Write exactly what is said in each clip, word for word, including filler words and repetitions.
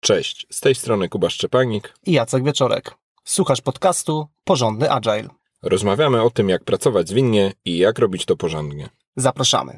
Cześć, z tej strony Kuba Szczepanik i Jacek Wieczorek. Słuchasz podcastu Porządny Agile. Rozmawiamy o tym, jak pracować zwinnie i jak robić to porządnie. Zapraszamy.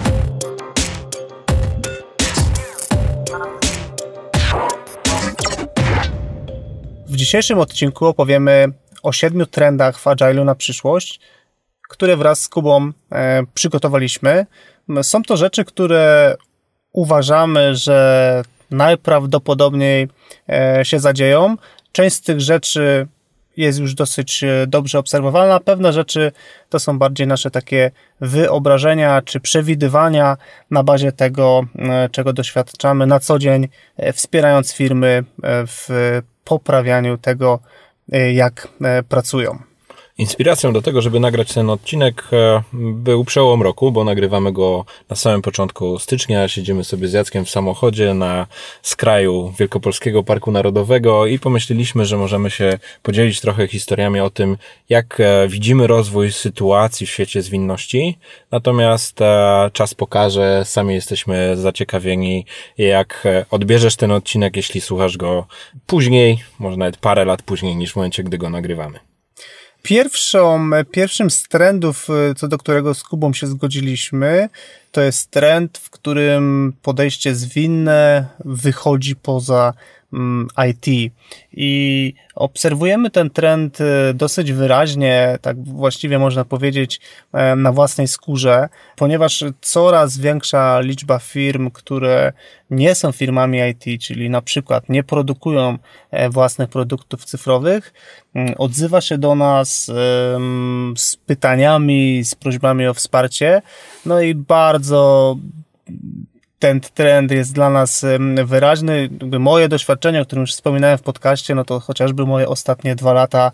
W dzisiejszym odcinku opowiemy o siedmiu trendach w Agile'u na przyszłość, które wraz z Kubą e, przygotowaliśmy. Są to rzeczy, które uważamy, że najprawdopodobniej e, się zadzieją. Część z tych rzeczy jest już dosyć dobrze obserwowana. Pewne rzeczy to są bardziej nasze takie wyobrażenia czy przewidywania na bazie tego, e, czego doświadczamy na co dzień, e, wspierając firmy e, w poprawianiu tego, e, jak e, pracują. Inspiracją do tego, żeby nagrać ten odcinek, był przełom roku, bo nagrywamy go na samym początku stycznia. Siedzimy sobie z Jackiem w samochodzie na skraju Wielkopolskiego Parku Narodowego i pomyśleliśmy, że możemy się podzielić trochę historiami o tym, jak widzimy rozwój sytuacji w świecie zwinności. Natomiast czas pokaże, sami jesteśmy zaciekawieni, jak odbierzesz ten odcinek, jeśli słuchasz go później, może nawet parę lat później niż w momencie, gdy go nagrywamy. Pierwszą, pierwszym z trendów, co do którego z Kubą się zgodziliśmy, to jest trend, w którym podejście zwinne wychodzi poza I T. I obserwujemy ten trend dosyć wyraźnie, tak właściwie można powiedzieć na własnej skórze, ponieważ coraz większa liczba firm, które nie są firmami I T, czyli na przykład nie produkują własnych produktów cyfrowych, odzywa się do nas z pytaniami, z prośbami o wsparcie. No i bardzo ten trend jest dla nas wyraźny. Moje doświadczenie, o którym już wspominałem w podcaście, no to chociażby moje ostatnie dwa lata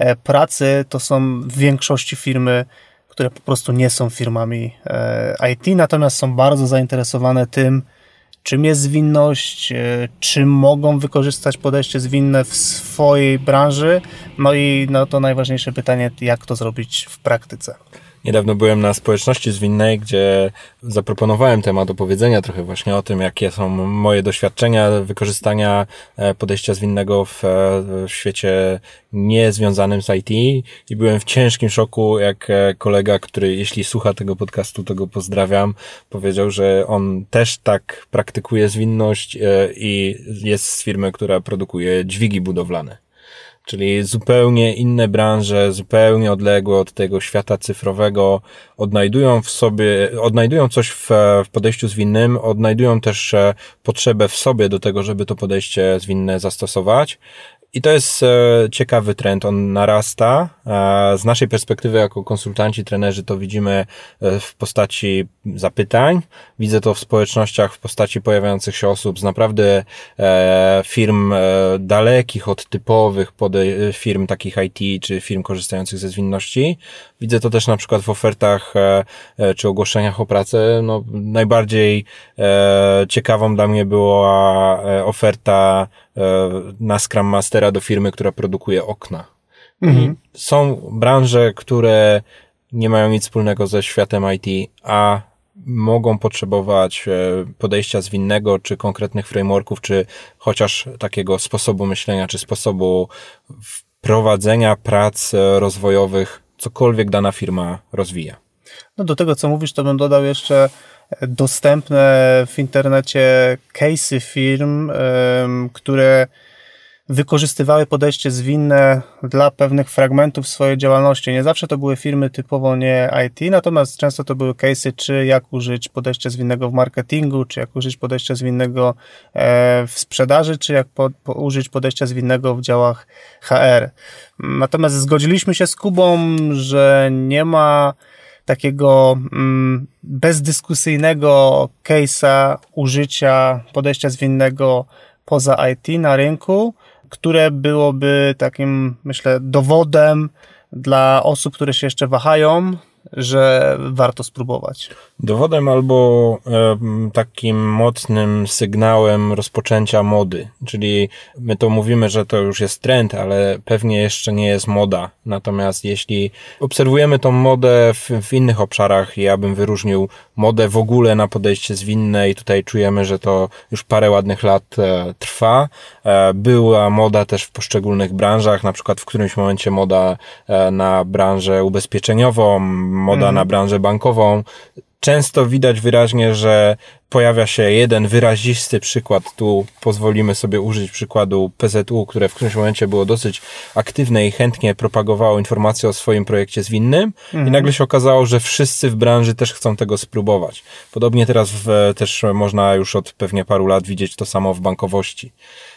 pracy, to są w większości firmy, które po prostu nie są firmami I T, natomiast są bardzo zainteresowane tym, czym jest zwinność, czym mogą wykorzystać podejście zwinne w swojej branży. No i no to najważniejsze pytanie, jak to zrobić w praktyce. Niedawno byłem na społeczności zwinnej, gdzie zaproponowałem temat opowiedzenia trochę właśnie o tym, jakie są moje doświadczenia wykorzystania podejścia zwinnego w, w świecie niezwiązanym z I T i byłem w ciężkim szoku, jak kolega, który jeśli słucha tego podcastu, to go pozdrawiam, powiedział, że on też tak praktykuje zwinność i jest z firmy, która produkuje dźwigi budowlane. Czyli zupełnie inne branże, zupełnie odległe od tego świata cyfrowego, odnajdują w sobie, odnajdują coś w, w podejściu zwinnym, odnajdują też potrzebę w sobie do tego, żeby to podejście zwinne zastosować. I to jest e, ciekawy trend, on narasta. E, z naszej perspektywy jako konsultanci, trenerzy to widzimy e, w postaci zapytań. Widzę to w społecznościach w postaci pojawiających się osób z naprawdę e, firm e, dalekich od typowych pode- firm takich I T czy firm korzystających ze zwinności. Widzę to też na przykład w ofertach e, e, czy ogłoszeniach o pracę. No, najbardziej e, ciekawą dla mnie była e, oferta na Scrum Mastera do firmy, która produkuje okna. Mhm. Są branże, które nie mają nic wspólnego ze światem I T, a mogą potrzebować podejścia zwinnego, czy konkretnych frameworków, czy chociaż takiego sposobu myślenia, czy sposobu wprowadzenia prac rozwojowych, cokolwiek dana firma rozwija. No do tego, co mówisz, to bym dodał jeszcze dostępne w internecie case'y firm, które wykorzystywały podejście zwinne dla pewnych fragmentów swojej działalności. Nie zawsze to były firmy typowo nie I T, natomiast często to były case'y, czy jak użyć podejścia zwinnego w marketingu, czy jak użyć podejścia zwinnego w sprzedaży, czy jak po, po użyć podejścia zwinnego w działach H R. Natomiast zgodziliśmy się z Kubą, że nie ma takiego mm, bezdyskusyjnego case'a użycia podejścia zwinnego poza I T na rynku, które byłoby takim, myślę, dowodem dla osób, które się jeszcze wahają, że warto spróbować? Dowodem albo e, takim mocnym sygnałem rozpoczęcia mody, czyli my to mówimy, że to już jest trend, ale pewnie jeszcze nie jest moda. Natomiast jeśli obserwujemy tą modę w, w innych obszarach, ja bym wyróżnił modę w ogóle na podejście zwinne i tutaj czujemy, że to już parę ładnych lat e, trwa. E, była moda też w poszczególnych branżach, na przykład w którymś momencie moda e, na branżę ubezpieczeniową, moda mhm. na branżę bankową. Często widać wyraźnie, że pojawia się jeden wyrazisty przykład. Tu pozwolimy sobie użyć przykładu P Z U, które w którymś momencie było dosyć aktywne i chętnie propagowało informacje o swoim projekcie zwinnym mhm. i nagle się okazało, że wszyscy w branży też chcą tego spróbować. Podobnie teraz w, też można już od pewnie paru lat widzieć to samo w bankowości.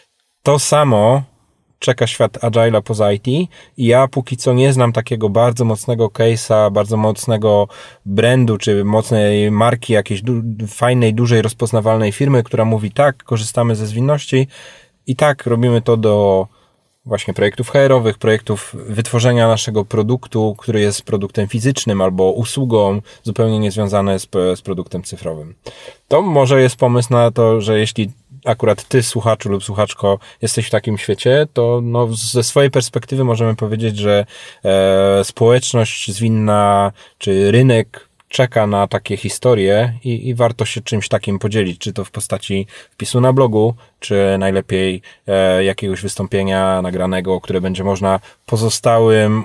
To samo czeka świat Agile'a poza I T i ja póki co nie znam takiego bardzo mocnego case'a, bardzo mocnego brandu, czy mocnej marki jakiejś du- fajnej, dużej, rozpoznawalnej firmy, która mówi tak, korzystamy ze zwinności i tak robimy to do właśnie projektów H R-owych, projektów wytworzenia naszego produktu, który jest produktem fizycznym albo usługą zupełnie niezwiązane z, z produktem cyfrowym. To może jest pomysł na to, że jeśli akurat ty, słuchaczu lub słuchaczko, jesteś w takim świecie, to no, ze swojej perspektywy możemy powiedzieć, że e, społeczność zwinna, czy rynek czeka na takie historie i, i warto się czymś takim podzielić, czy to w postaci wpisu na blogu, czy najlepiej e, jakiegoś wystąpienia nagranego, które będzie można pozostałym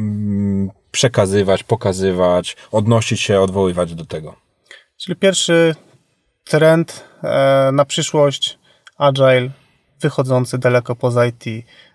mm, przekazywać, pokazywać, odnosić się, odwoływać do tego. Czyli pierwszy trend e, na przyszłość, Agile, wychodzący daleko poza I T.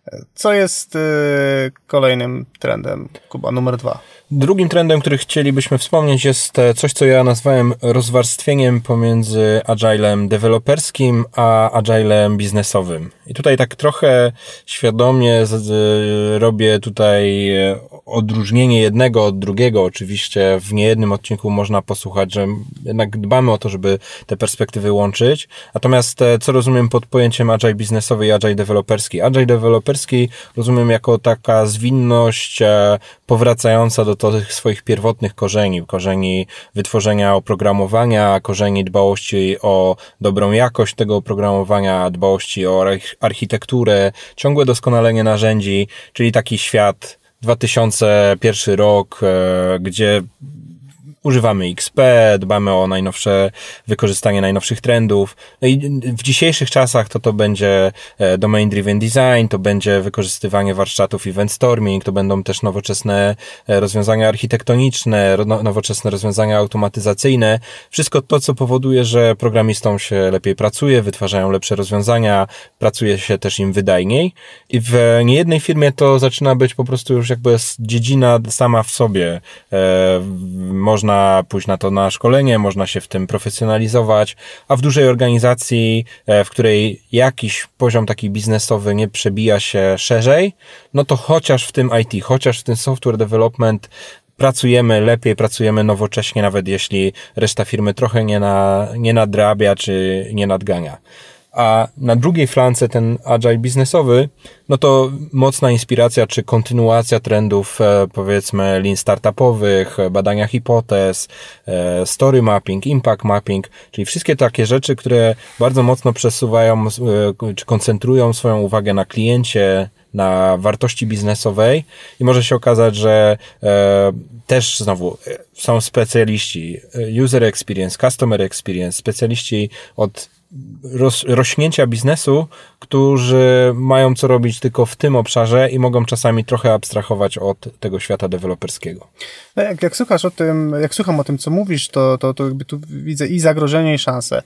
Co jest e, kolejnym trendem, Kuba, numer dwa? Drugim trendem, który chcielibyśmy wspomnieć, jest coś, co ja nazwałem rozwarstwieniem pomiędzy agilem deweloperskim a agilem biznesowym. I tutaj tak trochę świadomie z, z, robię tutaj odróżnienie jednego od drugiego. Oczywiście w niejednym odcinku można posłuchać, że jednak dbamy o to, żeby te perspektywy łączyć. Natomiast co rozumiem pod pojęciem agile biznesowy i agile deweloperski? Agile deweloperski rozumiem jako taka zwinność powracająca do tych swoich pierwotnych korzeni, korzeni wytworzenia oprogramowania, korzeni dbałości o dobrą jakość tego oprogramowania, dbałości o architekturę, ciągłe doskonalenie narzędzi, czyli taki świat dwa tysiące pierwszy rok, gdzie używamy X P, dbamy o najnowsze wykorzystanie najnowszych trendów. No i w dzisiejszych czasach to to będzie domain driven design, to będzie wykorzystywanie warsztatów event storming, to będą też nowoczesne rozwiązania architektoniczne, nowoczesne rozwiązania automatyzacyjne. Wszystko to, co powoduje, że programistom się lepiej pracuje, wytwarzają lepsze rozwiązania, pracuje się też im wydajniej. I w niejednej firmie to zaczyna być po prostu już jakby dziedzina sama w sobie. E, można Można pójść na to na szkolenie, można się w tym profesjonalizować, a w dużej organizacji, w której jakiś poziom taki biznesowy nie przebija się szerzej, no to chociaż w tym I T, chociaż w tym software development pracujemy lepiej, pracujemy nowocześnie, nawet jeśli reszta firmy trochę nie, na, nie nadrabia czy nie nadgania. A na drugiej flance ten agile biznesowy, no to mocna inspiracja czy kontynuacja trendów, powiedzmy, lean startupowych, badania hipotez, story mapping, impact mapping, czyli wszystkie takie rzeczy, które bardzo mocno przesuwają czy koncentrują swoją uwagę na kliencie, na wartości biznesowej i może się okazać, że e, też znowu są specjaliści user experience, customer experience, specjaliści od roz, rośnięcia biznesu, którzy mają co robić tylko w tym obszarze i mogą czasami trochę abstrahować od tego świata deweloperskiego. No jak, jak słuchasz o tym, jak słucham o tym, co mówisz, to, to, to jakby tu widzę i zagrożenie, i szanse.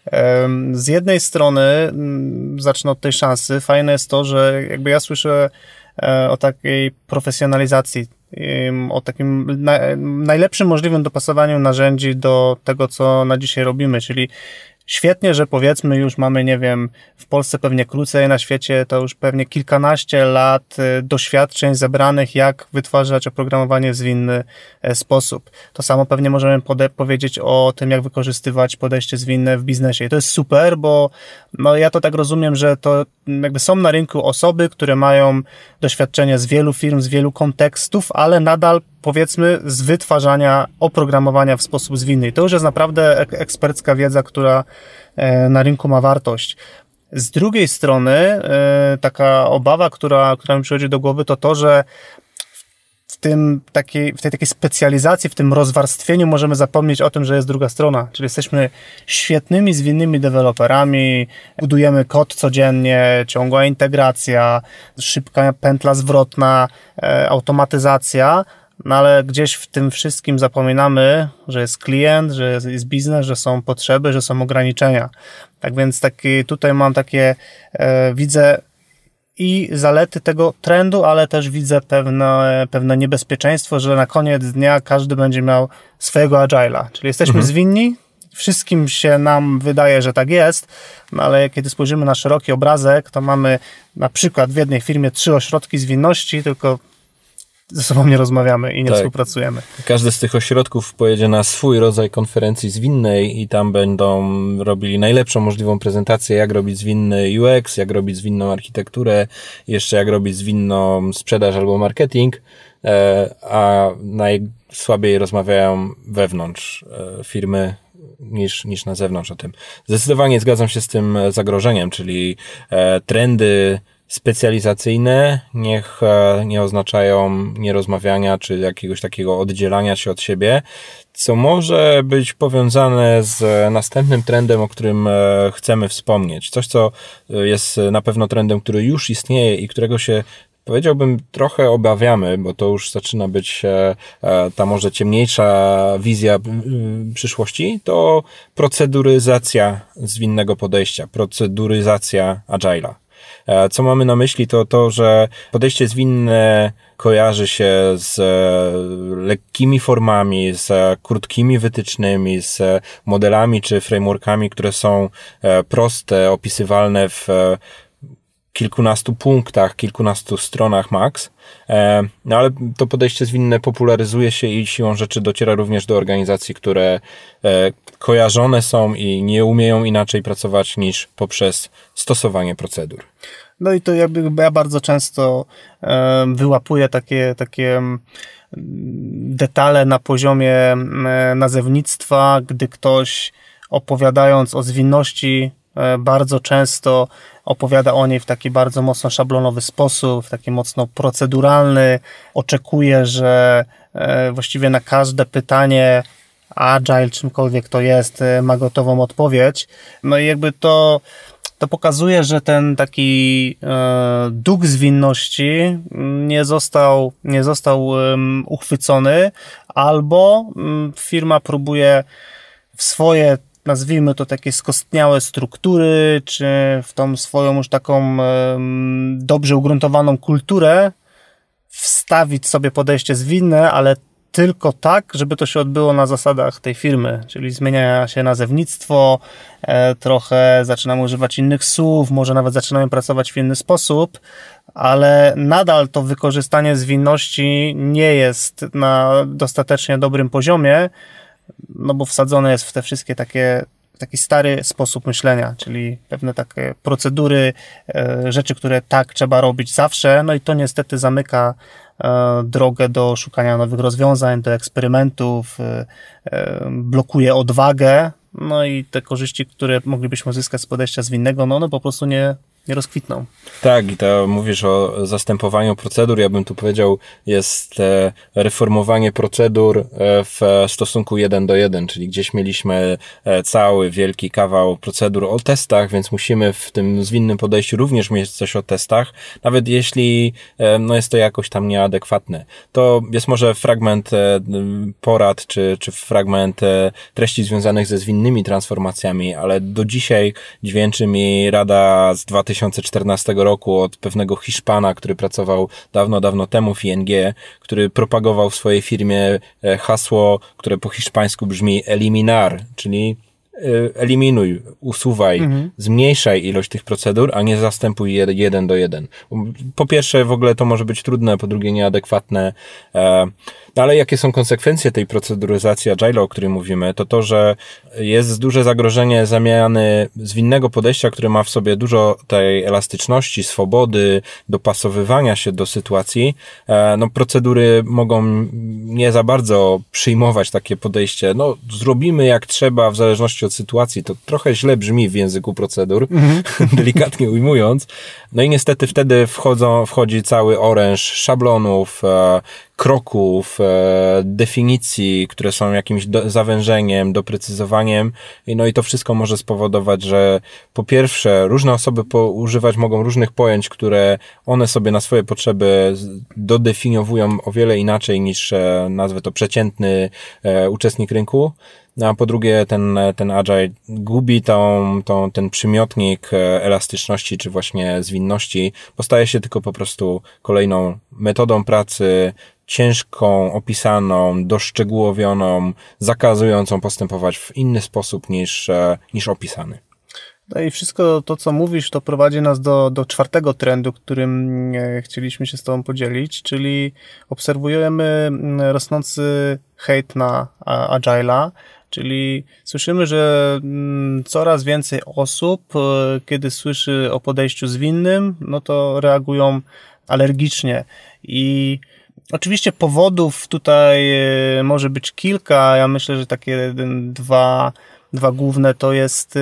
Z jednej strony, zacznę od tej szansy, fajne jest to, że jakby ja słyszę o takiej profesjonalizacji, o takim na, najlepszym możliwym dopasowaniu narzędzi do tego, co na dzisiaj robimy, czyli świetnie, że powiedzmy już mamy, nie wiem, w Polsce pewnie krócej, na świecie to już pewnie kilkanaście lat doświadczeń zebranych, jak wytwarzać oprogramowanie w zwinny sposób. To samo pewnie możemy pode- powiedzieć o tym, jak wykorzystywać podejście zwinne w biznesie. I to jest super, bo no, ja to tak rozumiem, że to jakby są na rynku osoby, które mają doświadczenie z wielu firm, z wielu kontekstów, ale nadal powiedzmy z wytwarzania oprogramowania w sposób zwinny. I to już jest naprawdę ek- ekspercka wiedza, która e, na rynku ma wartość. Z drugiej strony e, taka obawa, która, która mi przychodzi do głowy, to to, że w tym takiej, w tej takiej specjalizacji, w tym rozwarstwieniu możemy zapomnieć o tym, że jest druga strona. Czyli jesteśmy świetnymi, zwinnymi deweloperami, budujemy kod codziennie, ciągła integracja, szybka pętla zwrotna, e, automatyzacja, no ale gdzieś w tym wszystkim zapominamy, że jest klient, że jest, jest biznes, że są potrzeby, że są ograniczenia. Tak więc taki, tutaj mam takie, e, widzę i zalety tego trendu, ale też widzę pewne, pewne niebezpieczeństwo, że na koniec dnia każdy będzie miał swojego agile'a. Czyli jesteśmy mhm. zwinni, wszystkim się nam wydaje, że tak jest, no ale kiedy spojrzymy na szeroki obrazek, to mamy na przykład w jednej firmie trzy ośrodki zwinności, tylko ze sobą nie rozmawiamy i nie tak. współpracujemy. Każdy z tych ośrodków pojedzie na swój rodzaj konferencji zwinnej i tam będą robili najlepszą możliwą prezentację, jak robić zwinny U X, jak robić zwinną architekturę, jeszcze jak robić zwinną sprzedaż albo marketing, a najsłabiej rozmawiają wewnątrz firmy niż, niż na zewnątrz o tym. Zdecydowanie zgadzam się z tym zagrożeniem, czyli trendy specjalizacyjne niech nie oznaczają nierozmawiania czy jakiegoś takiego oddzielania się od siebie, co może być powiązane z następnym trendem, o którym chcemy wspomnieć. Coś, co jest na pewno trendem, który już istnieje i którego się, powiedziałbym, trochę obawiamy, bo to już zaczyna być ta może ciemniejsza wizja przyszłości, to proceduryzacja zwinnego podejścia, proceduryzacja agile'a. Co mamy na myśli, to to, że podejście zwinne kojarzy się z lekkimi formami, z krótkimi wytycznymi, z modelami czy frameworkami, które są proste, opisywalne w kilkunastu punktach, kilkunastu stronach max. No ale to podejście zwinne popularyzuje się i siłą rzeczy dociera również do organizacji, które kojarzone są i nie umieją inaczej pracować niż poprzez stosowanie procedur. No i to jakby ja bardzo często wyłapuję takie, takie detale na poziomie nazewnictwa, gdy ktoś opowiadając o zwinności bardzo często opowiada o niej w taki bardzo mocno szablonowy sposób, w taki mocno proceduralny. Oczekuje, że właściwie na każde pytanie agile, czymkolwiek to jest, ma gotową odpowiedź. No i jakby to, to pokazuje, że ten taki e, duch zwinności nie został, nie został um, uchwycony, albo um, firma próbuje w swoje, nazwijmy to, takie skostniałe struktury, czy w tą swoją już taką um, dobrze ugruntowaną kulturę wstawić sobie podejście zwinne, ale tylko tak, żeby to się odbyło na zasadach tej firmy, czyli zmienia się nazewnictwo, e, trochę zaczynamy używać innych słów, może nawet zaczynamy pracować w inny sposób, ale nadal to wykorzystanie zwinności nie jest na dostatecznie dobrym poziomie, no bo wsadzone jest w te wszystkie takie taki stary sposób myślenia, czyli pewne takie procedury, e, rzeczy, które tak trzeba robić zawsze, no i to niestety zamyka e, drogę do szukania nowych rozwiązań, do eksperymentów, e, e, blokuje odwagę, no i te korzyści, które moglibyśmy uzyskać z podejścia zwinnego, no one po prostu nie, nie rozkwitną. Tak, i to mówisz o zastępowaniu procedur, ja bym tu powiedział, jest reformowanie procedur w stosunku jeden do jeden, czyli gdzieś mieliśmy cały wielki kawał procedur o testach, więc musimy w tym zwinnym podejściu również mieć coś o testach, nawet jeśli no jest to jakoś tam nieadekwatne. To jest może fragment porad, czy, czy fragment treści związanych ze zwinnymi transformacjami, ale do dzisiaj dźwięczy mi rada z dwa tysiące czternastego roku od pewnego Hiszpana, który pracował dawno, dawno temu w I N G, który propagował w swojej firmie hasło, które po hiszpańsku brzmi eliminar, czyli eliminuj, usuwaj, mhm. zmniejszaj ilość tych procedur, a nie zastępuj je jeden do jeden. Po pierwsze, w ogóle to może być trudne, po drugie nieadekwatne. No ale jakie są konsekwencje tej proceduryzacji Agile, o której mówimy? To to, że jest duże zagrożenie zamiany zwinnego podejścia, które ma w sobie dużo tej elastyczności, swobody, dopasowywania się do sytuacji. No procedury mogą nie za bardzo przyjmować takie podejście. No zrobimy jak trzeba w zależności od sytuacji. To trochę źle brzmi w języku procedur, mhm. delikatnie ujmując. No i niestety wtedy wchodzą, wchodzi cały oręż szablonów, kroków, definicji, które są jakimś do, zawężeniem, doprecyzowaniem. No i to wszystko może spowodować, że po pierwsze różne osoby po, używać mogą różnych pojęć, które one sobie na swoje potrzeby dodefiniowują o wiele inaczej niż, nazwę to, przeciętny e, uczestnik rynku. No a po drugie ten, ten Agile gubi tą, tą, ten przymiotnik elastyczności czy właśnie zwinności, bo staje się tylko po prostu kolejną metodą pracy, ciężką, opisaną, doszczegółowioną, zakazującą postępować w inny sposób niż, niż opisany. No i wszystko to, co mówisz, to prowadzi nas do, do czwartego trendu, którym chcieliśmy się z Tobą podzielić, czyli obserwujemy rosnący hejt na Agile'a, czyli słyszymy, że coraz więcej osób, kiedy słyszy o podejściu zwinnym, no to reagują alergicznie i oczywiście powodów tutaj może być kilka. Ja myślę, że takie dwa, dwa główne to jest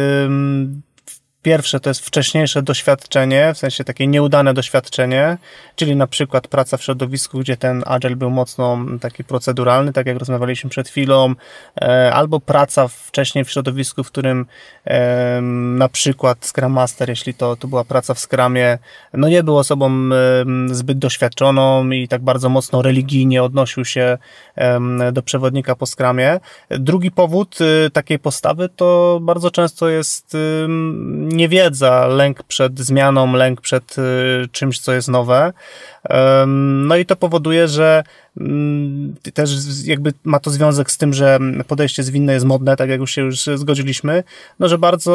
pierwsze to jest wcześniejsze doświadczenie, w sensie takie nieudane doświadczenie, czyli na przykład praca w środowisku, gdzie ten Agile był mocno taki proceduralny, tak jak rozmawialiśmy przed chwilą, albo praca wcześniej w środowisku, w którym na przykład Scrum Master, jeśli to, to była praca w Scrumie, no nie był osobą zbyt doświadczoną i tak bardzo mocno religijnie odnosił się do przewodnika po Scrumie. Drugi powód takiej postawy to bardzo często jest niewiedza, lęk przed zmianą, lęk przed czymś, co jest nowe. No i to powoduje, że też jakby ma to związek z tym, że podejście zwinne jest modne, tak jak już się już zgodziliśmy, no że bardzo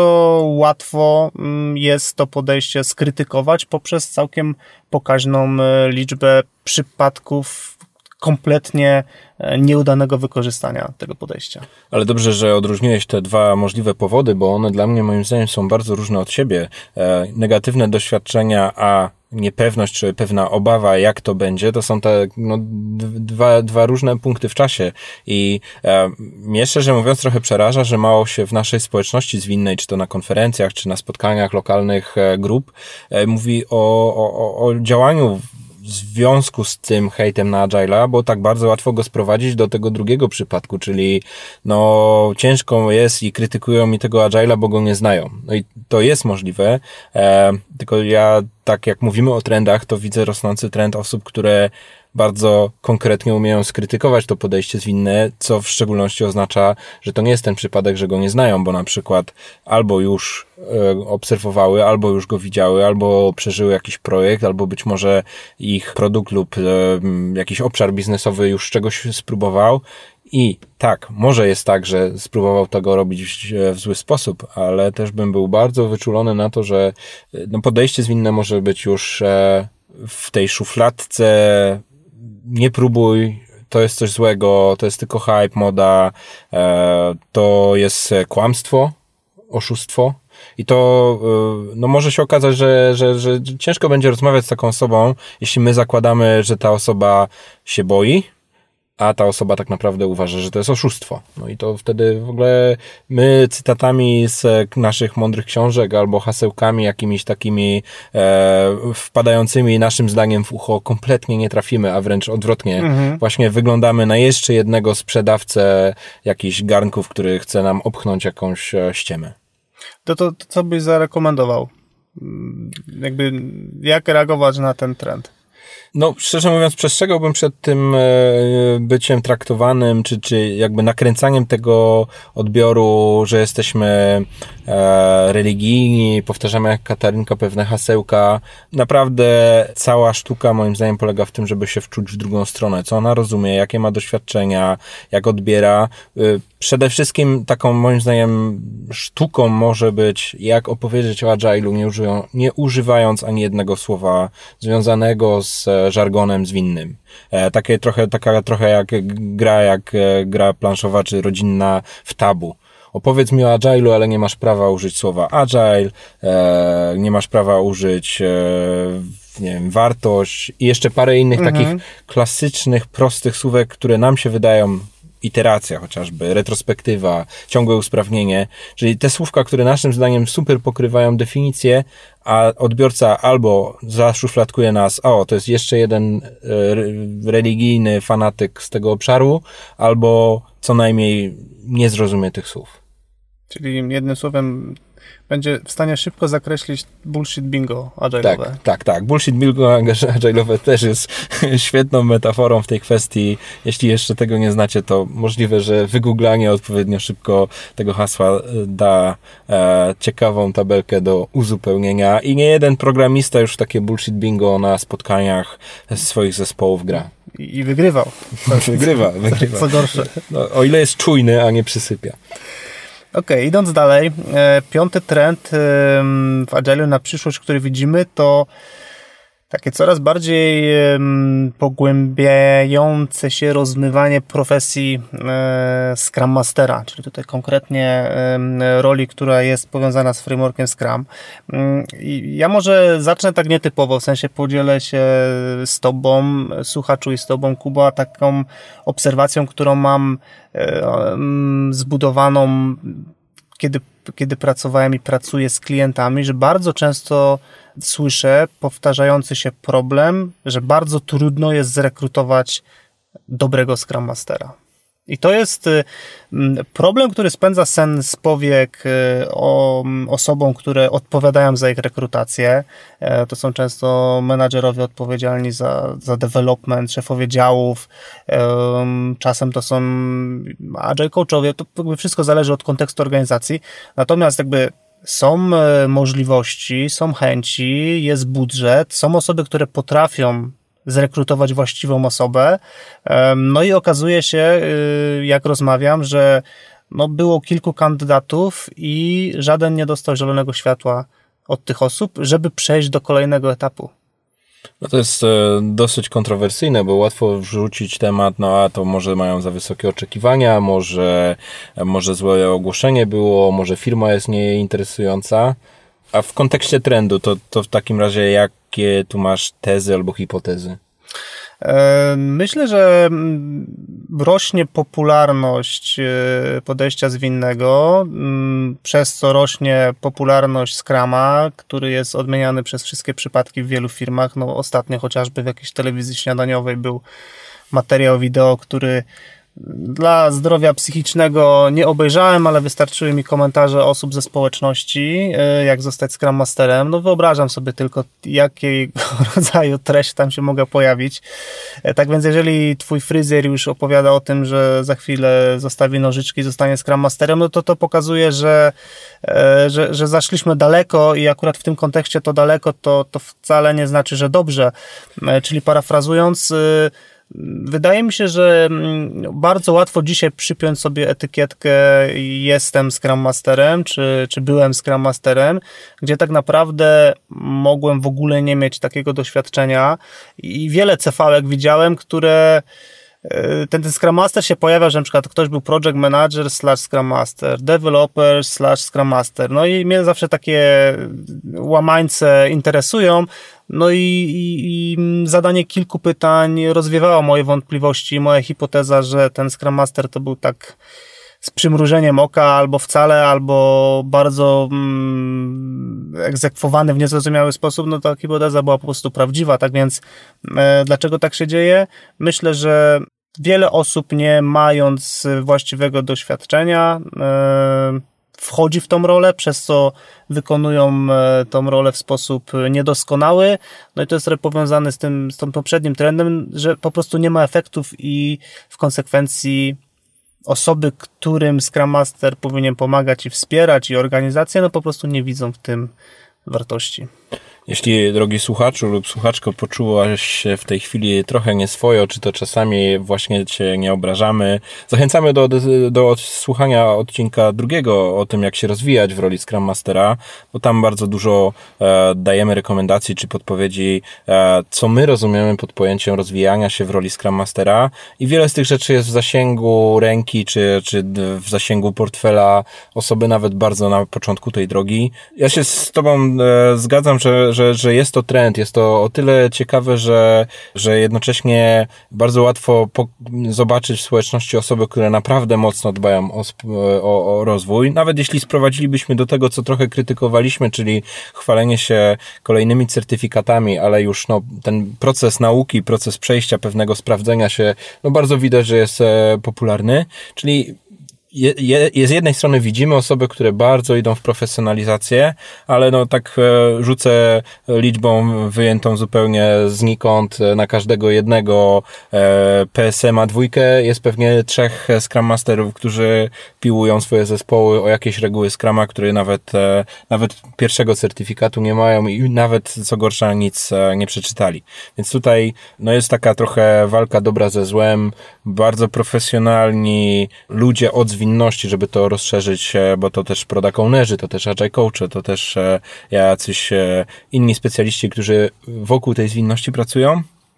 łatwo jest to podejście skrytykować poprzez całkiem pokaźną liczbę przypadków kompletnie nieudanego wykorzystania tego podejścia. Ale dobrze, że odróżniłeś te dwa możliwe powody, bo one dla mnie moim zdaniem są bardzo różne od siebie. E, negatywne doświadczenia, a niepewność czy pewna obawa, jak to będzie, to są te no, dwa, dwa różne punkty w czasie i e, mnie szczerze mówiąc trochę przeraża, że mało się w naszej społeczności zwinnej, czy to na konferencjach, czy na spotkaniach lokalnych e, grup, e, mówi o, o, o działaniu w związku z tym hejtem na Agile'a, bo tak bardzo łatwo go sprowadzić do tego drugiego przypadku, czyli no ciężko jest i krytykują mi tego Agile'a, bo go nie znają. No i to jest możliwe, e, tylko ja tak jak mówimy o trendach, to widzę rosnący trend osób, które bardzo konkretnie umieją skrytykować to podejście zwinne, co w szczególności oznacza, że to nie jest ten przypadek, że go nie znają, bo na przykład albo już e, obserwowały, albo już go widziały, albo przeżyły jakiś projekt, albo być może ich produkt lub e, jakiś obszar biznesowy już czegoś spróbował. I tak, może jest tak, że spróbował tego robić w zły sposób, ale też bym był bardzo wyczulony na to, że no, podejście zwinne może być już e, w tej szufladce nie próbuj, to jest coś złego, to jest tylko hype, moda, e, to jest kłamstwo, oszustwo i to e, no może się okazać, że, że, że ciężko będzie rozmawiać z taką osobą, jeśli my zakładamy, że ta osoba się boi, a ta osoba tak naprawdę uważa, że to jest oszustwo. No i to wtedy w ogóle my cytatami z naszych mądrych książek albo hasełkami jakimiś takimi e, wpadającymi naszym zdaniem w ucho kompletnie nie trafimy, a wręcz odwrotnie. Mhm. Właśnie wyglądamy na jeszcze jednego sprzedawcę jakichś garnków, który chce nam opchnąć jakąś ściemę. To, to, to co byś zarekomendował? Jakby jak reagować na ten trend? No, szczerze mówiąc, przestrzegałbym przed tym byciem traktowanym, czy, czy jakby nakręcaniem tego odbioru, że jesteśmy religijni, powtarzamy jak Katarinka pewne hasełka. Naprawdę cała sztuka moim zdaniem polega w tym, żeby się wczuć w drugą stronę, co ona rozumie, jakie ma doświadczenia, jak odbiera. Przede wszystkim taką moim zdaniem sztuką może być, jak opowiedzieć o Agile'u, nie, użyją, nie używając ani jednego słowa związanego z żargonem zwinnym. E, takie trochę, taka trochę jak gra, jak gra planszowa czy rodzinna w Tabu. Opowiedz mi o Agile'u, ale nie masz prawa użyć słowa Agile, e, nie masz prawa użyć e, nie wiem, wartość i jeszcze parę innych mhm. takich klasycznych, prostych słówek, które nam się wydają iteracja chociażby, retrospektywa, ciągłe usprawnienie, czyli te słówka, które naszym zdaniem super pokrywają definicję, a odbiorca albo zaszufladkuje nas, o, to jest jeszcze jeden e, religijny fanatyk z tego obszaru, albo co najmniej nie zrozumie tych słów. Czyli jednym słowem będzie w stanie szybko zakreślić bullshit bingo agile'owe. Tak, tak, tak. Bullshit bingo agile'owe też jest świetną metaforą w tej kwestii. Jeśli jeszcze tego nie znacie, to możliwe, że wygooglanie odpowiednio szybko tego hasła da e, ciekawą tabelkę do uzupełnienia i nie jeden programista już takie bullshit bingo na spotkaniach swoich zespołów gra. I, i wygrywał. wygrywa, wygrywa. Co gorsze. No, o ile jest czujny, a nie przysypia. Okej, okay, idąc dalej, piąty trend w Agile'u na przyszłość, który widzimy, to takie coraz bardziej pogłębiające się rozmywanie profesji Scrum Mastera, czyli tutaj konkretnie roli, która jest powiązana z frameworkiem Scrum. I ja może zacznę tak nietypowo, w sensie podzielę się z Tobą, słuchaczu i z Tobą, Kuba, taką obserwacją, którą mam zbudowaną, kiedy, kiedy pracowałem i pracuję z klientami, że bardzo często słyszę powtarzający się problem, że bardzo trudno jest zrekrutować dobrego Scrum Mastera. I to jest problem, który spędza sen z powiek o osobom, które odpowiadają za ich rekrutację. To są często menadżerowie odpowiedzialni za, za development, szefowie działów. Czasem to są agile coachowie. To jakby wszystko zależy od kontekstu organizacji. Natomiast jakby są możliwości, są chęci, jest budżet, są osoby, które potrafią zrekrutować właściwą osobę. No i okazuje się, jak rozmawiam, że no było kilku kandydatów i żaden nie dostał zielonego światła od tych osób, żeby przejść do kolejnego etapu. No to jest dosyć kontrowersyjne, bo łatwo wrzucić temat, no a to może mają za wysokie oczekiwania, może, może złe ogłoszenie było, może firma jest nieinteresująca. A w kontekście trendu, to, to w takim razie jakie tu masz tezy albo hipotezy? Myślę, że rośnie popularność podejścia zwinnego, przez co rośnie popularność Scruma, który jest odmieniany przez wszystkie przypadki w wielu firmach. No, ostatnio chociażby w jakiejś telewizji śniadaniowej był materiał wideo, który dla zdrowia psychicznego nie obejrzałem, ale wystarczyły mi komentarze osób ze społeczności, jak zostać Scrum Masterem. No wyobrażam sobie tylko, jakiego rodzaju treść tam się mogła pojawić. Tak więc jeżeli twój fryzjer już opowiada o tym, że za chwilę zostawi nożyczki i zostanie Scrum Masterem, no to to pokazuje, że, że, że zaszliśmy daleko i akurat w tym kontekście to daleko to, to wcale nie znaczy, że dobrze. Czyli parafrazując, wydaje mi się, że bardzo łatwo dzisiaj przypiąć sobie etykietkę jestem Scrum Masterem, czy, czy byłem Scrum Masterem, gdzie tak naprawdę mogłem w ogóle nie mieć takiego doświadczenia i wiele cefałek widziałem, które ten, ten Scrum Master się pojawia, że na przykład ktoś był Project Manager slash Scrum Master, Developer slash Scrum Master, no i mnie zawsze takie łamańce interesują. No i, i, i zadanie kilku pytań rozwiewało moje wątpliwości, moja hipoteza, że ten Scrum Master to był tak z przymrużeniem oka, albo wcale, albo bardzo mm, egzekwowany w niezrozumiały sposób, no ta hipoteza była po prostu prawdziwa. Tak więc e, dlaczego tak się dzieje? Myślę, że wiele osób, nie mając właściwego doświadczenia, e, wchodzi w tą rolę, przez co wykonują tą rolę w sposób niedoskonały. No i to jest powiązane z tym, z tym poprzednim trendem, że po prostu nie ma efektów i w konsekwencji osoby, którym Scrum Master powinien pomagać i wspierać i organizacje, no po prostu nie widzą w tym wartości. Jeśli, drogi słuchaczu lub słuchaczko, poczułaś się w tej chwili trochę nieswojo, czy to czasami właśnie cię nie obrażamy, zachęcamy do, do słuchania odcinka drugiego o tym, jak się rozwijać w roli Scrum Mastera, bo tam bardzo dużo e, dajemy rekomendacji czy podpowiedzi, e, co my rozumiemy pod pojęciem rozwijania się w roli Scrum Mastera i wiele z tych rzeczy jest w zasięgu ręki, czy, czy w zasięgu portfela osoby nawet bardzo na początku tej drogi. Ja się z tobą e, zgadzam, że Że, że jest to trend, jest to o tyle ciekawe, że, że jednocześnie bardzo łatwo po, zobaczyć w społeczności osoby, które naprawdę mocno dbają o, o, o rozwój. Nawet jeśli sprowadzilibyśmy do tego, co trochę krytykowaliśmy, czyli chwalenie się kolejnymi certyfikatami, ale już no, ten proces nauki, proces przejścia pewnego sprawdzenia się, no bardzo widać, że jest e, popularny. Czyli Je, je, z jednej strony widzimy osoby, które bardzo idą w profesjonalizację, ale no tak e, rzucę liczbą wyjętą zupełnie znikąd na każdego jednego e, P S M a dwójkę jest pewnie trzech Scrum Masterów, którzy piłują swoje zespoły o jakieś reguły Scruma, które nawet, e, nawet pierwszego certyfikatu nie mają i nawet co gorsza nic e, nie przeczytali. Więc tutaj no jest taka trochę walka dobra ze złem, bardzo profesjonalni ludzie od zwinności, żeby to rozszerzyć, bo to też product ownerzy, to też agile coache, to też jacyś inni specjaliści, którzy wokół tej zwinności pracują.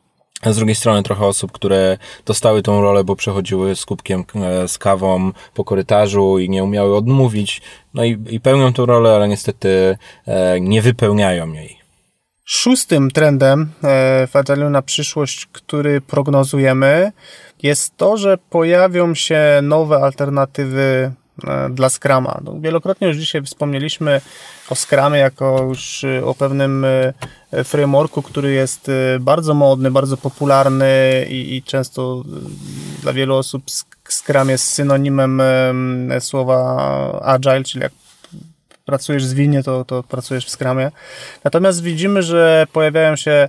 A z drugiej strony trochę osób, które dostały tą rolę, bo przechodziły z kubkiem z kawą po korytarzu i nie umiały odmówić, no i, i pełnią tą rolę, ale niestety nie wypełniają jej. Szóstym trendem w Agile'u na przyszłość, który prognozujemy, jest to, że pojawią się nowe alternatywy dla Scruma. No, wielokrotnie już dzisiaj wspomnieliśmy o Scrumie jako już o pewnym frameworku, który jest bardzo modny, bardzo popularny i, i często dla wielu osób Scrum jest synonimem słowa Agile, czyli jak pracujesz zwinnie, to, to pracujesz w Scrumie. Natomiast widzimy, że pojawiają się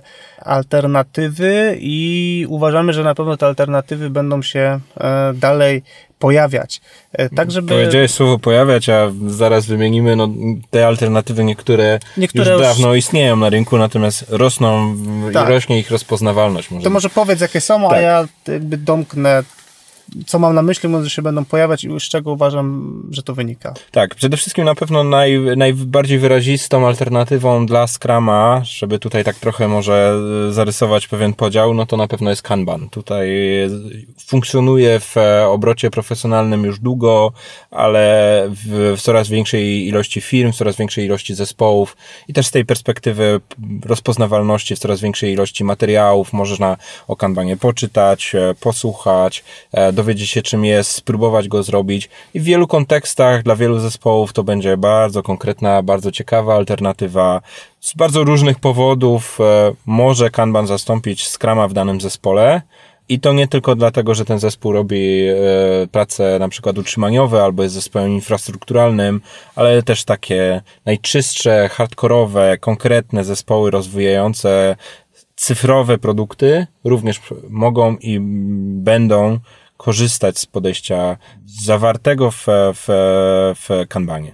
alternatywy i uważamy, że na pewno te alternatywy będą się dalej pojawiać. Tak, żeby... Powiedziałeś słowo pojawiać, a zaraz wymienimy, no te alternatywy niektóre, niektóre już dawno już... istnieją na rynku, natomiast rosną tak. i rośnie ich rozpoznawalność. Może to być. Może powiedz, jakie są, tak. a ja jakby domknę, co mam na myśli, może się będą pojawiać i z czego uważam, że to wynika. Tak, przede wszystkim na pewno naj, najbardziej wyrazistą alternatywą dla Scruma, żeby tutaj tak trochę może zarysować pewien podział, no to na pewno jest Kanban. Tutaj funkcjonuje w obrocie profesjonalnym już długo, ale w, w coraz większej ilości firm, w coraz większej ilości zespołów i też z tej perspektywy rozpoznawalności w coraz większej ilości materiałów można o Kanbanie poczytać, posłuchać, dowiedzieć się, czym jest, spróbować go zrobić i w wielu kontekstach dla wielu zespołów to będzie bardzo konkretna, bardzo ciekawa alternatywa. Z bardzo różnych powodów e, może Kanban zastąpić Scruma w danym zespole i to nie tylko dlatego, że ten zespół robi e, prace na przykład utrzymaniowe albo jest zespołem infrastrukturalnym, ale też takie najczystsze, hardkorowe, konkretne zespoły rozwijające cyfrowe produkty również mogą i będą korzystać z podejścia zawartego w, w, w Kanbanie.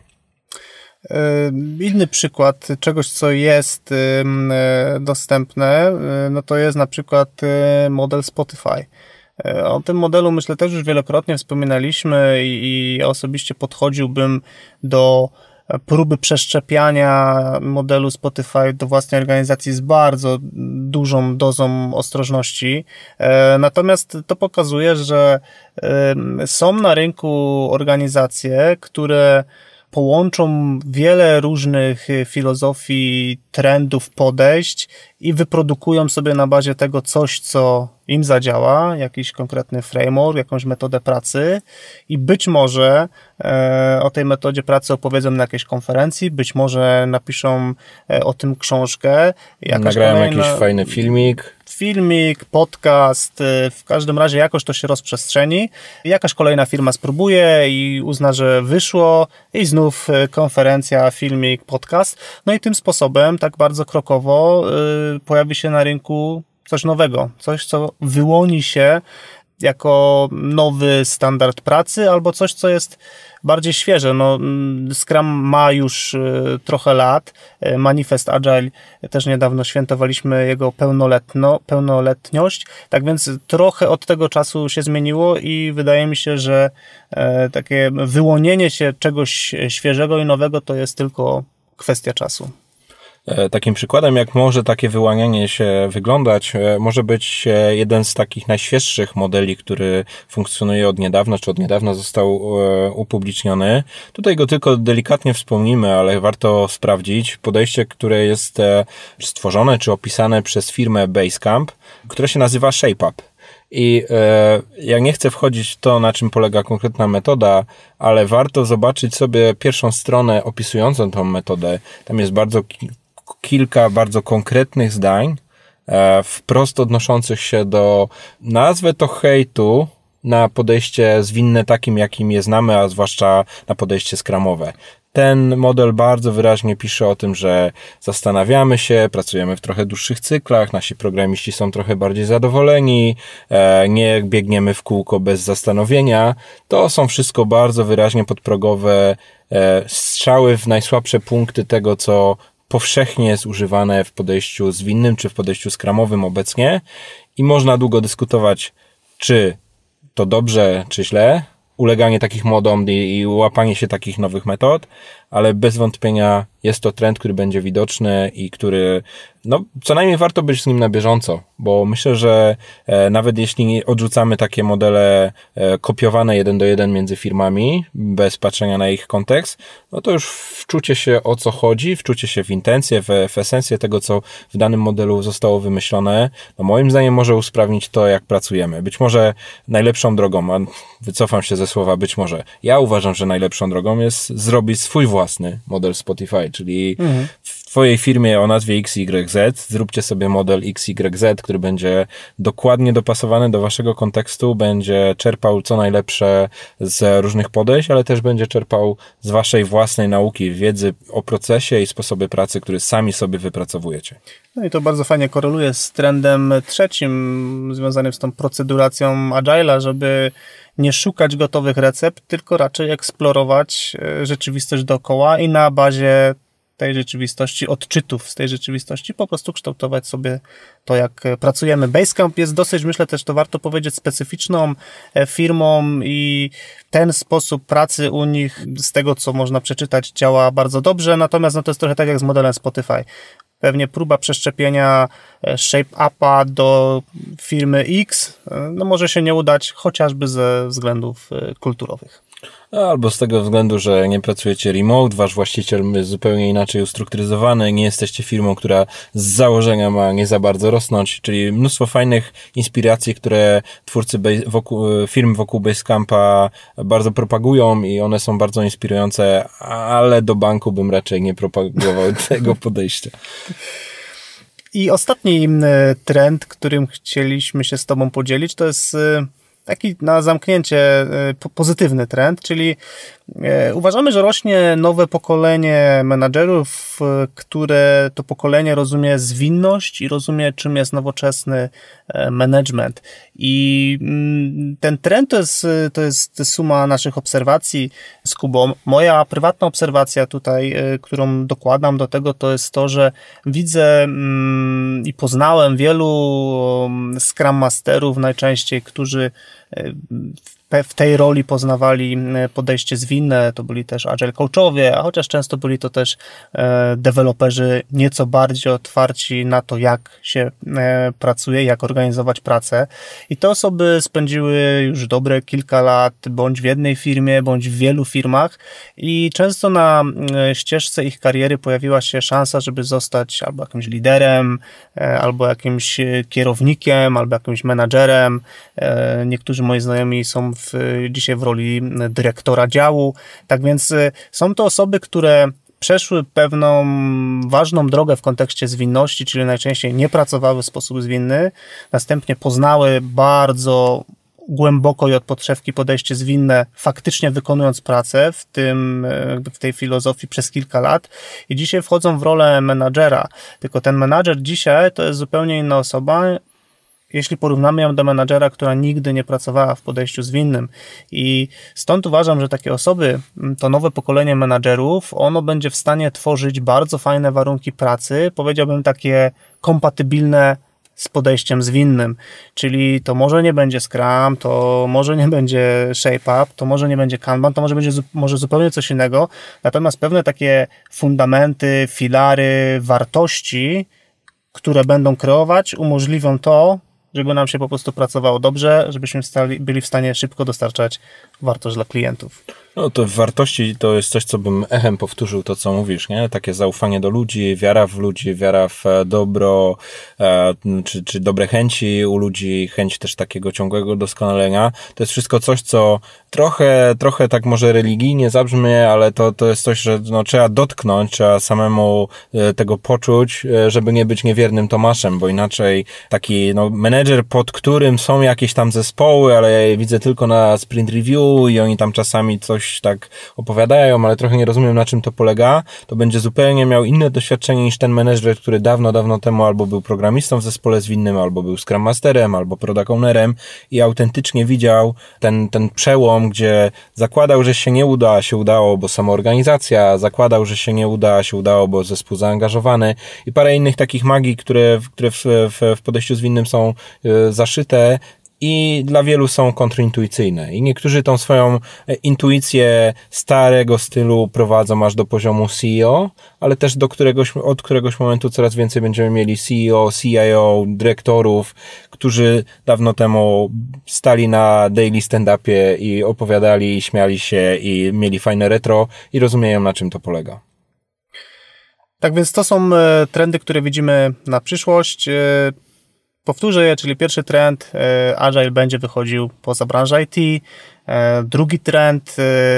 Inny przykład czegoś, co jest dostępne, no to jest na przykład model Spotify. O tym modelu myślę też już wielokrotnie wspominaliśmy i, i osobiście podchodziłbym do próby przeszczepiania modelu Spotify do własnej organizacji z bardzo dużą dozą ostrożności. Natomiast to pokazuje, że są na rynku organizacje, które połączą wiele różnych filozofii, trendów, podejść i wyprodukują sobie na bazie tego coś, co im zadziała, jakiś konkretny framework, jakąś metodę pracy i być może e, o tej metodzie pracy opowiedzą na jakiejś konferencji, być może napiszą e, o tym książkę. Nagrają kolejna, jakiś fajny filmik. Filmik, podcast, e, w każdym razie jakoś to się rozprzestrzeni. Jakaś kolejna firma spróbuje i uzna, że wyszło i znów konferencja, filmik, podcast. No i tym sposobem, tak bardzo krokowo e, pojawi się na rynku coś nowego, coś, co wyłoni się jako nowy standard pracy, albo coś, co jest bardziej świeże. No, Scrum ma już trochę lat, Manifest Agile też niedawno świętowaliśmy jego pełnoletno, pełnoletność, tak więc trochę od tego czasu się zmieniło i wydaje mi się, że takie wyłonienie się czegoś świeżego i nowego to jest tylko kwestia czasu. Takim przykładem, jak może takie wyłanianie się wyglądać, może być jeden z takich najświeższych modeli, który funkcjonuje od niedawna, czy od niedawna został upubliczniony. Tutaj go tylko delikatnie wspomnimy, ale warto sprawdzić. Podejście, które jest stworzone, czy opisane przez firmę Basecamp, które się nazywa ShapeUp. I e, ja nie chcę wchodzić w to, na czym polega konkretna metoda, ale warto zobaczyć sobie pierwszą stronę opisującą tą metodę. Tam jest bardzo ki- kilka bardzo konkretnych zdań, e, wprost odnoszących się do, nazwę to hejtu, na podejście zwinne takim, jakim je znamy, a zwłaszcza na podejście scrumowe. Ten model bardzo wyraźnie pisze o tym, że zastanawiamy się, pracujemy w trochę dłuższych cyklach, nasi programiści są trochę bardziej zadowoleni, nie biegniemy w kółko bez zastanowienia. To są wszystko bardzo wyraźnie podprogowe strzały w najsłabsze punkty tego, co powszechnie jest używane w podejściu zwinnym czy w podejściu scrumowym obecnie i można długo dyskutować, czy to dobrze, czy źle, uleganie takich modom i, i łapanie się takich nowych metod, ale bez wątpienia jest to trend, który będzie widoczny i który, no, co najmniej warto być z nim na bieżąco, bo myślę, że e, nawet jeśli odrzucamy takie modele e, kopiowane jeden do jeden między firmami, bez patrzenia na ich kontekst, no to już wczucie się o co chodzi, wczucie się w intencje, w, w esencję tego, co w danym modelu zostało wymyślone, no moim zdaniem może usprawnić to, jak pracujemy. Być może najlepszą drogą, a wycofam się ze słowa być może, ja uważam, że najlepszą drogą jest zrobić swój własny model Spotify, czyli mhm. w twojej firmie o nazwie X Y Z zróbcie sobie model X Y Z, który będzie dokładnie dopasowany do waszego kontekstu, będzie czerpał co najlepsze z różnych podejść, ale też będzie czerpał z waszej własnej nauki, wiedzy o procesie i sposobie pracy, który sami sobie wypracowujecie. No i to bardzo fajnie koreluje z trendem trzecim związanym z tą proceduracją Agile'a, żeby nie szukać gotowych recept, tylko raczej eksplorować rzeczywistość dookoła i na bazie tej rzeczywistości, odczytów z tej rzeczywistości, po prostu kształtować sobie to, jak pracujemy. Basecamp jest dosyć, myślę też, to warto powiedzieć, specyficzną firmą i ten sposób pracy u nich, z tego co można przeczytać, działa bardzo dobrze, natomiast no, to jest trochę tak jak z modelem Spotify. Pewnie próba przeszczepienia ShapeUpa do firmy X no, może się nie udać, chociażby ze względów kulturowych. Albo z tego względu, że nie pracujecie remote, wasz właściciel jest zupełnie inaczej ustrukturyzowany, nie jesteście firmą, która z założenia ma nie za bardzo rosnąć, czyli mnóstwo fajnych inspiracji, które twórcy wokół, firm wokół Basecampa bardzo propagują i one są bardzo inspirujące, ale do banku bym raczej nie propagował tego podejścia. I ostatni trend, którym chcieliśmy się z tobą podzielić, to jest taki na zamknięcie pozytywny trend, czyli uważamy, że rośnie nowe pokolenie menadżerów, które to pokolenie rozumie zwinność i rozumie, czym jest nowoczesny management. I ten trend to jest, to jest suma naszych obserwacji z Kubą. Moja prywatna obserwacja tutaj, którą dokładam do tego, to jest to, że widzę i poznałem wielu Scrum Masterów najczęściej, którzy w tej roli poznawali podejście zwinne, to byli też agile coachowie, a chociaż często byli to też deweloperzy nieco bardziej otwarci na to, jak się pracuje, jak organizować pracę. I te osoby spędziły już dobre kilka lat, bądź w jednej firmie, bądź w wielu firmach i często na ścieżce ich kariery pojawiła się szansa, żeby zostać albo jakimś liderem, albo jakimś kierownikiem, albo jakimś menadżerem. Niektórzy moi znajomi są w, dzisiaj w roli dyrektora działu. Tak więc są to osoby, które przeszły pewną ważną drogę w kontekście zwinności, czyli najczęściej nie pracowały w sposób zwinny, następnie poznały bardzo głęboko i od podszewki podejście zwinne, faktycznie wykonując pracę w tym, w tej filozofii przez kilka lat i dzisiaj wchodzą w rolę menadżera. Tylko ten menadżer dzisiaj to jest zupełnie inna osoba, jeśli porównamy ją do menadżera, która nigdy nie pracowała w podejściu zwinnym. I stąd uważam, że takie osoby, to nowe pokolenie menadżerów, ono będzie w stanie tworzyć bardzo fajne warunki pracy, powiedziałbym takie kompatybilne z podejściem zwinnym, czyli to może nie będzie Scrum, to może nie będzie ShapeUp, to może nie będzie Kanban, to może będzie może zupełnie coś innego, natomiast pewne takie fundamenty, filary, wartości, które będą kreować, umożliwią to, żeby nam się po prostu pracowało dobrze, żebyśmy stali, byli w stanie szybko dostarczać wartość dla klientów. No to wartości to jest coś, co bym echem powtórzył to, co mówisz, nie? Takie zaufanie do ludzi, wiara w ludzi, wiara w dobro, e, czy, czy dobre chęci u ludzi, chęć też takiego ciągłego doskonalenia. To jest wszystko coś, co trochę, trochę tak może religijnie zabrzmie, ale to, to jest coś, że no, trzeba dotknąć, trzeba samemu e, tego poczuć, e, żeby nie być niewiernym Tomaszem, bo inaczej taki no, menedżer, pod którym są jakieś tam zespoły, ale ja je widzę tylko na sprint review i oni tam czasami coś tak opowiadają, ale trochę nie rozumiem, na czym to polega, to będzie zupełnie miał inne doświadczenie niż ten menedżer, który dawno, dawno temu albo był programistą w zespole zwinnym, albo był Scrum Masterem, albo Product Ownerem i autentycznie widział ten, ten przełom, gdzie zakładał, że się nie uda, a się udało, bo samoorganizacja, zakładał, że się nie uda, a się udało, bo zespół zaangażowany i parę innych takich magii, które, które w, w, w podejściu zwinnym są y, zaszyte, i dla wielu są kontrintuicyjne. I niektórzy tą swoją intuicję starego stylu prowadzą aż do poziomu C E O, ale też do któregoś, od któregoś momentu coraz więcej będziemy mieli C E O, C I O, dyrektorów, którzy dawno temu stali na daily stand-upie i opowiadali, i śmiali się i mieli fajne retro i rozumieją, na czym to polega. Tak więc to są trendy, które widzimy na przyszłość. Powtórzę je, czyli pierwszy trend, Agile będzie wychodził poza branżę I T. Drugi trend,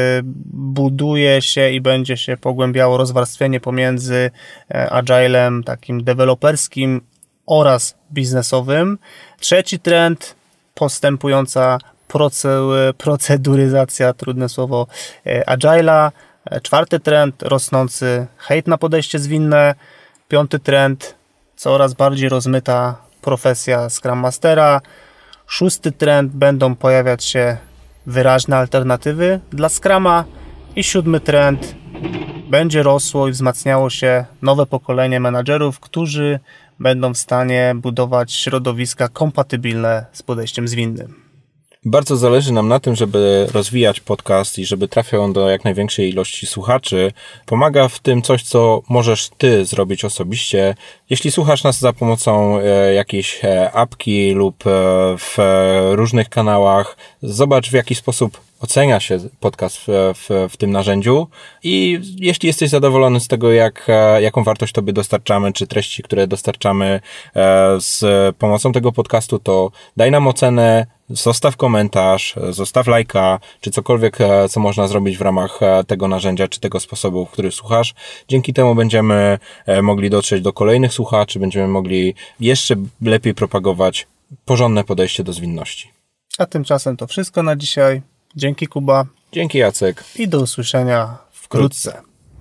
buduje się i będzie się pogłębiało rozwarstwienie pomiędzy Agilem takim deweloperskim oraz biznesowym. Trzeci trend, postępująca proceduryzacja, trudne słowo, Agile'a. Czwarty trend, rosnący hejt na podejście zwinne. Piąty trend, coraz bardziej rozmyta profesja Scrum Mastera. Szósty trend, będą pojawiać się wyraźne alternatywy dla Scruma. I siódmy trend, będzie rosło i wzmacniało się nowe pokolenie menadżerów, którzy będą w stanie budować środowiska kompatybilne z podejściem zwinnym. Bardzo zależy nam na tym, żeby rozwijać podcast i żeby trafiał on do jak największej ilości słuchaczy. Pomaga w tym coś, co możesz ty zrobić osobiście. Jeśli słuchasz nas za pomocą e, jakiejś e, apki lub e, w e, różnych kanałach, zobacz, w jaki sposób ocenia się podcast w, w, w tym narzędziu i jeśli jesteś zadowolony z tego, jak, jaką wartość tobie dostarczamy, czy treści, które dostarczamy z pomocą tego podcastu, to daj nam ocenę, zostaw komentarz, zostaw lajka, czy cokolwiek, co można zrobić w ramach tego narzędzia, czy tego sposobu, w który słuchasz. Dzięki temu będziemy mogli dotrzeć do kolejnych słuchaczy, będziemy mogli jeszcze lepiej propagować porządne podejście do zwinności. A tymczasem to wszystko na dzisiaj. Dzięki, Kuba. Dzięki, Jacek. I do usłyszenia wkrótce.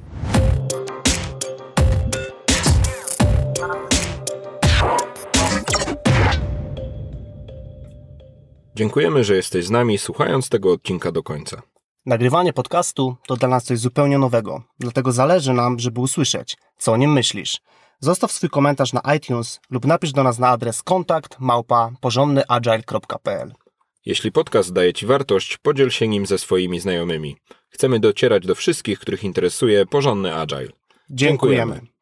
Dziękujemy, że jesteś z nami, słuchając tego odcinka do końca. Nagrywanie podcastu to dla nas coś zupełnie nowego, dlatego zależy nam, żeby usłyszeć, co o nim myślisz. Zostaw swój komentarz na iTunes lub napisz do nas na adres kontakt małpa porządnyagile kropka p l. Jeśli podcast daje Ci wartość, podziel się nim ze swoimi znajomymi. Chcemy docierać do wszystkich, których interesuje porządny agile. Dziękujemy.